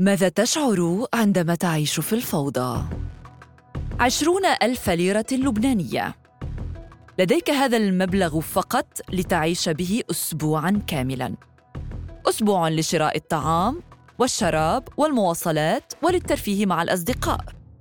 ماذا تشعر عندما تعيش في الفوضى؟ 20,000 ليرة لبنانية. لديك هذا المبلغ فقط لتعيش به أسبوعاً كاملاً. أسبوع لشراء الطعام والشراب والمواصلات وللترفيه مع الأصدقاء.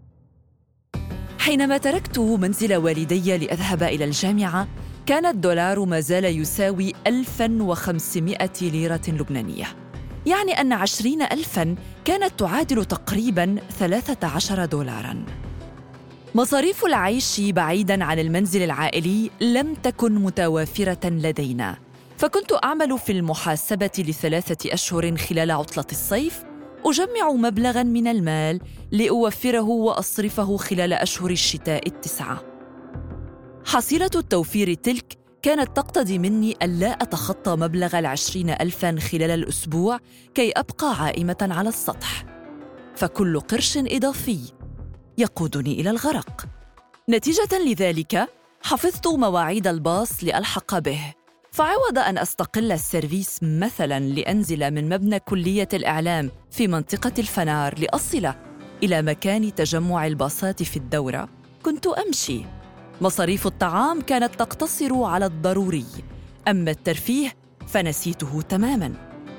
حينما تركت منزل والدي لأذهب إلى الجامعة، كان الدولار ما زال يساوي 1500 ليرة لبنانية، يعني أن 20,000 كانت تعادل تقريباً 13 دولاراً. مصاريف العيش بعيداً عن المنزل العائلي لم تكن متوافرة لدينا، فكنت أعمل في المحاسبة ل3 أشهر خلال عطلة الصيف، أجمع مبلغاً من المال لأوفره وأصرفه خلال أشهر الشتاء 9. حصيلة التوفير تلك كانت تقتضي مني ألا أتخطى مبلغ 20,000 خلال الأسبوع كي أبقى عائمة على السطح، فكل قرش إضافي يقودني إلى الغرق. نتيجة لذلك حفظت مواعيد الباص لألحق به، فعوض أن أستقل السيرفيس مثلاً لأنزل من مبنى كلية الإعلام في منطقة الفنار لأصل إلى مكان تجمع الباصات في الدورة، كنت أمشي. مصاريف الطعام كانت تقتصر على الضروري، أما الترفيه فنسيته تماماً.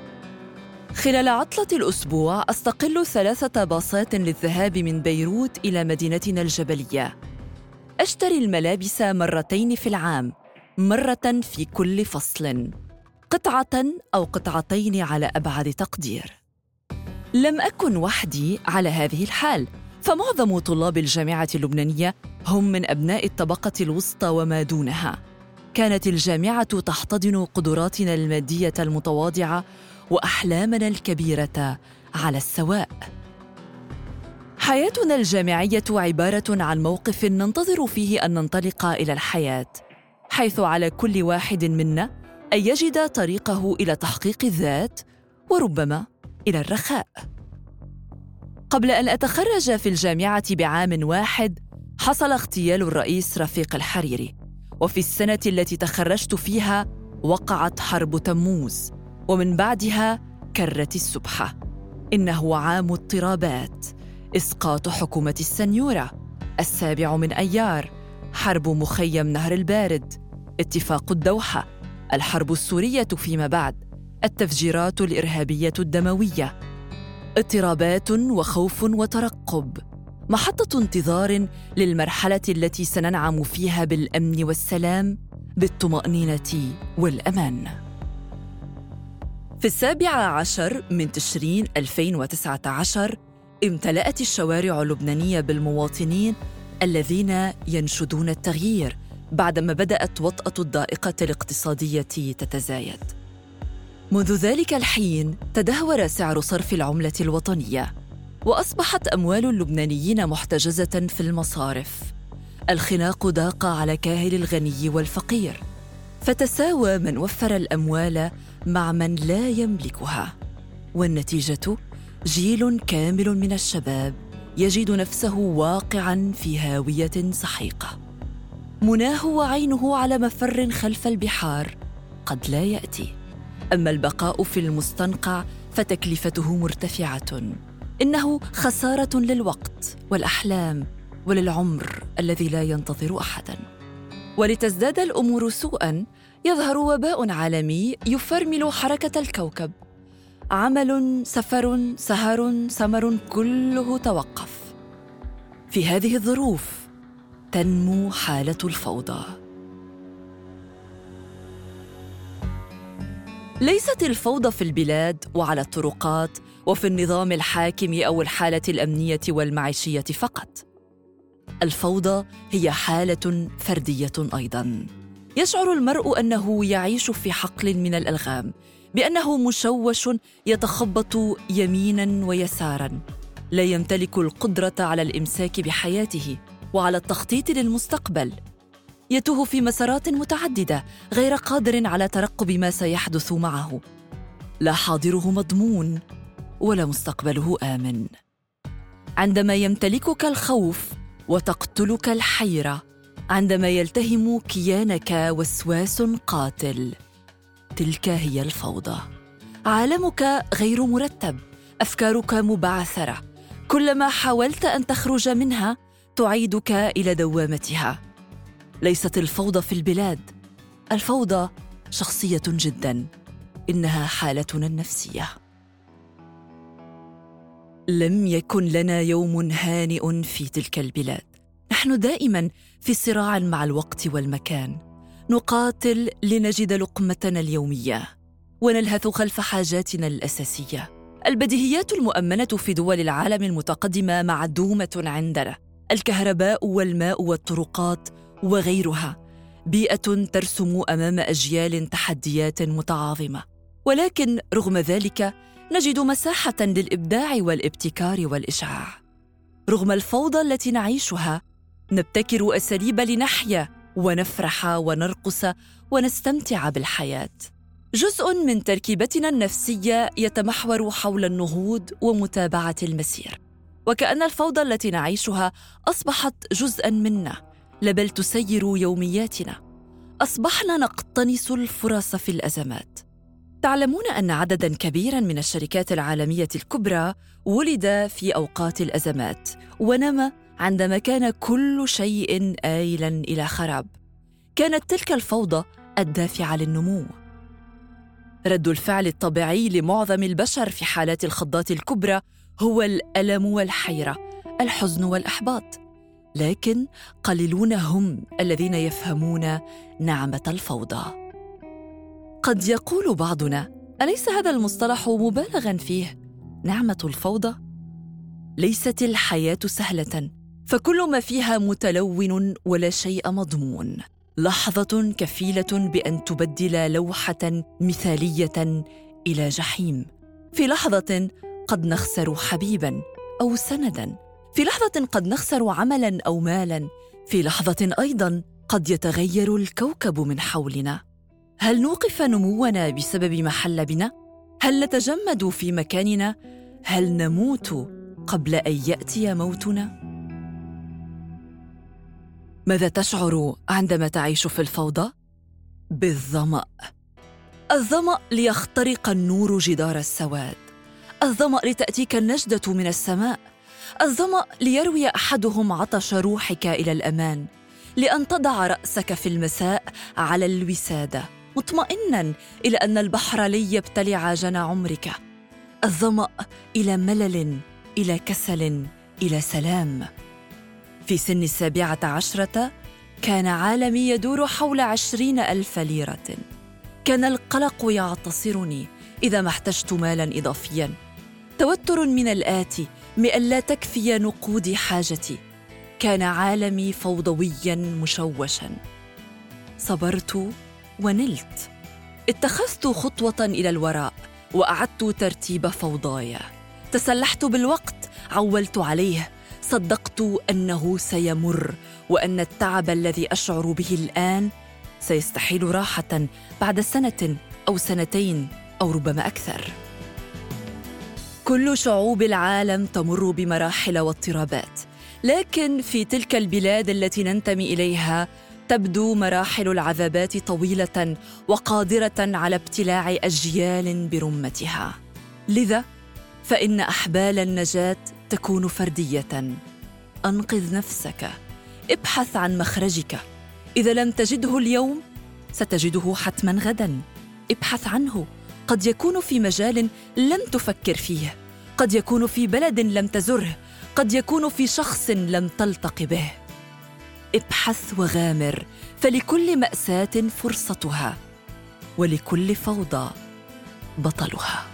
خلال عطلة الأسبوع أستقل 3 باصات للذهاب من بيروت إلى مدينتنا الجبلية. أشتري الملابس مرتين في العام، مرة في كل فصل، قطعة أو قطعتين على أبعد تقدير. لم أكن وحدي على هذه الحال، فمعظم طلاب الجامعة اللبنانية هم من أبناء الطبقة الوسطى وما دونها. كانت الجامعة تحتضن قدراتنا المادية المتواضعة وأحلامنا الكبيرة على السواء. حياتنا الجامعية عبارة عن موقف ننتظر فيه أن ننطلق إلى الحياة، حيث على كل واحد منا أن يجد طريقه إلى تحقيق الذات وربما إلى الرخاء. قبل أن أتخرج في الجامعة بعام واحد حصل اغتيال الرئيس رفيق الحريري، وفي السنة التي تخرجت فيها وقعت حرب تموز، ومن بعدها كرت السبحة. إنه عام اضطرابات: إسقاط حكومة السنيورة، 7 من أيار، حرب مخيم نهر البارد، اتفاق الدوحة، الحرب السورية فيما بعد، التفجيرات الإرهابية الدموية. اضطرابات وخوف وترقب، محطة انتظار للمرحلة التي سننعم فيها بالأمن والسلام، بالطمأنينة والأمان. في 17 من تشرين 2019 امتلأت الشوارع اللبنانية بالمواطنين الذين ينشدون التغيير بعدما بدأت وطأة الضائقة الاقتصادية تتزايد. منذ ذلك الحين تدهور سعر صرف العملة الوطنية، وأصبحت أموال اللبنانيين محتجزة في المصارف. الخناق ضاق على كاهل الغني والفقير، فتساوى من وفر الأموال مع من لا يملكها، والنتيجة جيل كامل من الشباب يجد نفسه واقعاً في هاوية سحيقة. مناه وعينه على مفر خلف البحار قد لا يأتي، أما البقاء في المستنقع فتكلفته مرتفعة. إنه خسارة للوقت والأحلام وللعمر الذي لا ينتظر أحداً. ولتزداد الأمور سوءاً يظهر وباء عالمي يفرمل حركة الكوكب. عمل، سفر، سهر، سمر، كله توقف. في هذه الظروف تنمو حالة الفوضى. ليست الفوضى في البلاد وعلى الطرقات وفي النظام الحاكم أو الحالة الأمنية والمعيشية فقط. الفوضى هي حالة فردية أيضاً. يشعر المرء أنه يعيش في حقل من الألغام، بأنه مشوش يتخبط يميناً ويساراً، لا يمتلك القدرة على الإمساك بحياته وعلى التخطيط للمستقبل. يتوه في مسارات متعددة غير قادر على ترقب ما سيحدث معه. لا حاضره مضمون ولا مستقبله آمن. عندما يمتلكك الخوف وتقتلك الحيرة، عندما يلتهم كيانك وسواس قاتل، تلك هي الفوضى. عالمك غير مرتب، أفكارك مبعثرة، كلما حاولت أن تخرج منها تعيدك إلى دوامتها. ليست الفوضى في البلاد، الفوضى شخصية جداً، إنها حالتنا النفسية. لم يكن لنا يوم هانئ في تلك البلاد. نحن دائماً في صراع مع الوقت والمكان، نقاتل لنجد لقمتنا اليومية ونلهث خلف حاجاتنا الأساسية. البديهيات المؤمنة في دول العالم المتقدمة معدومة عندنا: الكهرباء والماء والطرقات وغيرها. بيئة ترسم أمام أجيال تحديات متعاظمة، ولكن رغم ذلك نجد مساحة للإبداع والابتكار والإشعاع. رغم الفوضى التي نعيشها نبتكر أساليب لنحيا ونفرح ونرقص ونستمتع بالحياة. جزء من تركيبتنا النفسية يتمحور حول النهوض ومتابعة المسير، وكأن الفوضى التي نعيشها أصبحت جزءاً منا، لا بل تسير يومياتنا. أصبحنا نقتنص الفرص في الأزمات. تعلمون أن عدداً كبيراً من الشركات العالمية الكبرى ولد في أوقات الأزمات ونما عندما كان كل شيء آيلاً إلى خراب. كانت تلك الفوضى الدافعة للنمو. رد الفعل الطبيعي لمعظم البشر في حالات الخضات الكبرى هو الألم والحيرة، الحزن والإحباط، لكن قليلون هم الذين يفهمون نعمة الفوضى. قد يقول بعضنا: أليس هذا المصطلح مبالغاً فيه؟ نعمة الفوضى؟ ليست الحياة سهلة، فكل ما فيها متلون ولا شيء مضمون. لحظة كفيلة بأن تبدل لوحة مثالية إلى جحيم. في لحظة قد نخسر حبيباً أو سنداً، في لحظة قد نخسر عملاً أو مالاً، في لحظة أيضاً قد يتغير الكوكب من حولنا. هل نوقف نمونا بسبب ما حل بنا؟ هل نتجمد في مكاننا؟ هل نموت قبل أن يأتي موتنا؟ ماذا تشعر عندما تعيش في الفوضى؟ بالظمأ. الظمأ ليخترق النور جدار السواد، الظمأ لتأتيك النجدة من السماء، الظمأ ليروي أحدهم عطش روحك إلى الأمان، لأن تضع رأسك في المساء على الوسادة مطمئناً إلى أن البحر لن يبتلع جنى عمرك. الظمأ إلى ملل، إلى كسل، إلى سلام. في سن 17 كان عالمي يدور حول 20,000 ليرة. كان القلق يعتصرني إذا ما احتجت مالاً إضافياً، توتر من الآتي بأن لا تكفي نقود حاجتي. كان عالمي فوضوياً مشوشاً. صبرت ونلت. اتخذت خطوة إلى الوراء وأعدت ترتيب فوضاي. تسلحت بالوقت، عولت عليه، صدقت أنه سيمر وأن التعب الذي أشعر به الآن سيستحيل راحة بعد سنة أو سنتين أو ربما أكثر. كل شعوب العالم تمر بمراحل واضطرابات، لكن في تلك البلاد التي ننتمي إليها تبدو مراحل العذابات طويلة وقادرة على ابتلاع أجيال برمتها. لذا فإن أحبال النجاة تكون فردية. أنقذ نفسك، ابحث عن مخرجك. إذا لم تجده اليوم ستجده حتماً غداً. ابحث عنه، قد يكون في مجال لم تفكر فيه، قد يكون في بلد لم تزره، قد يكون في شخص لم تلتق به. ابحث وغامر، فلكل مأساة فرصتها ولكل فوضى بطلها.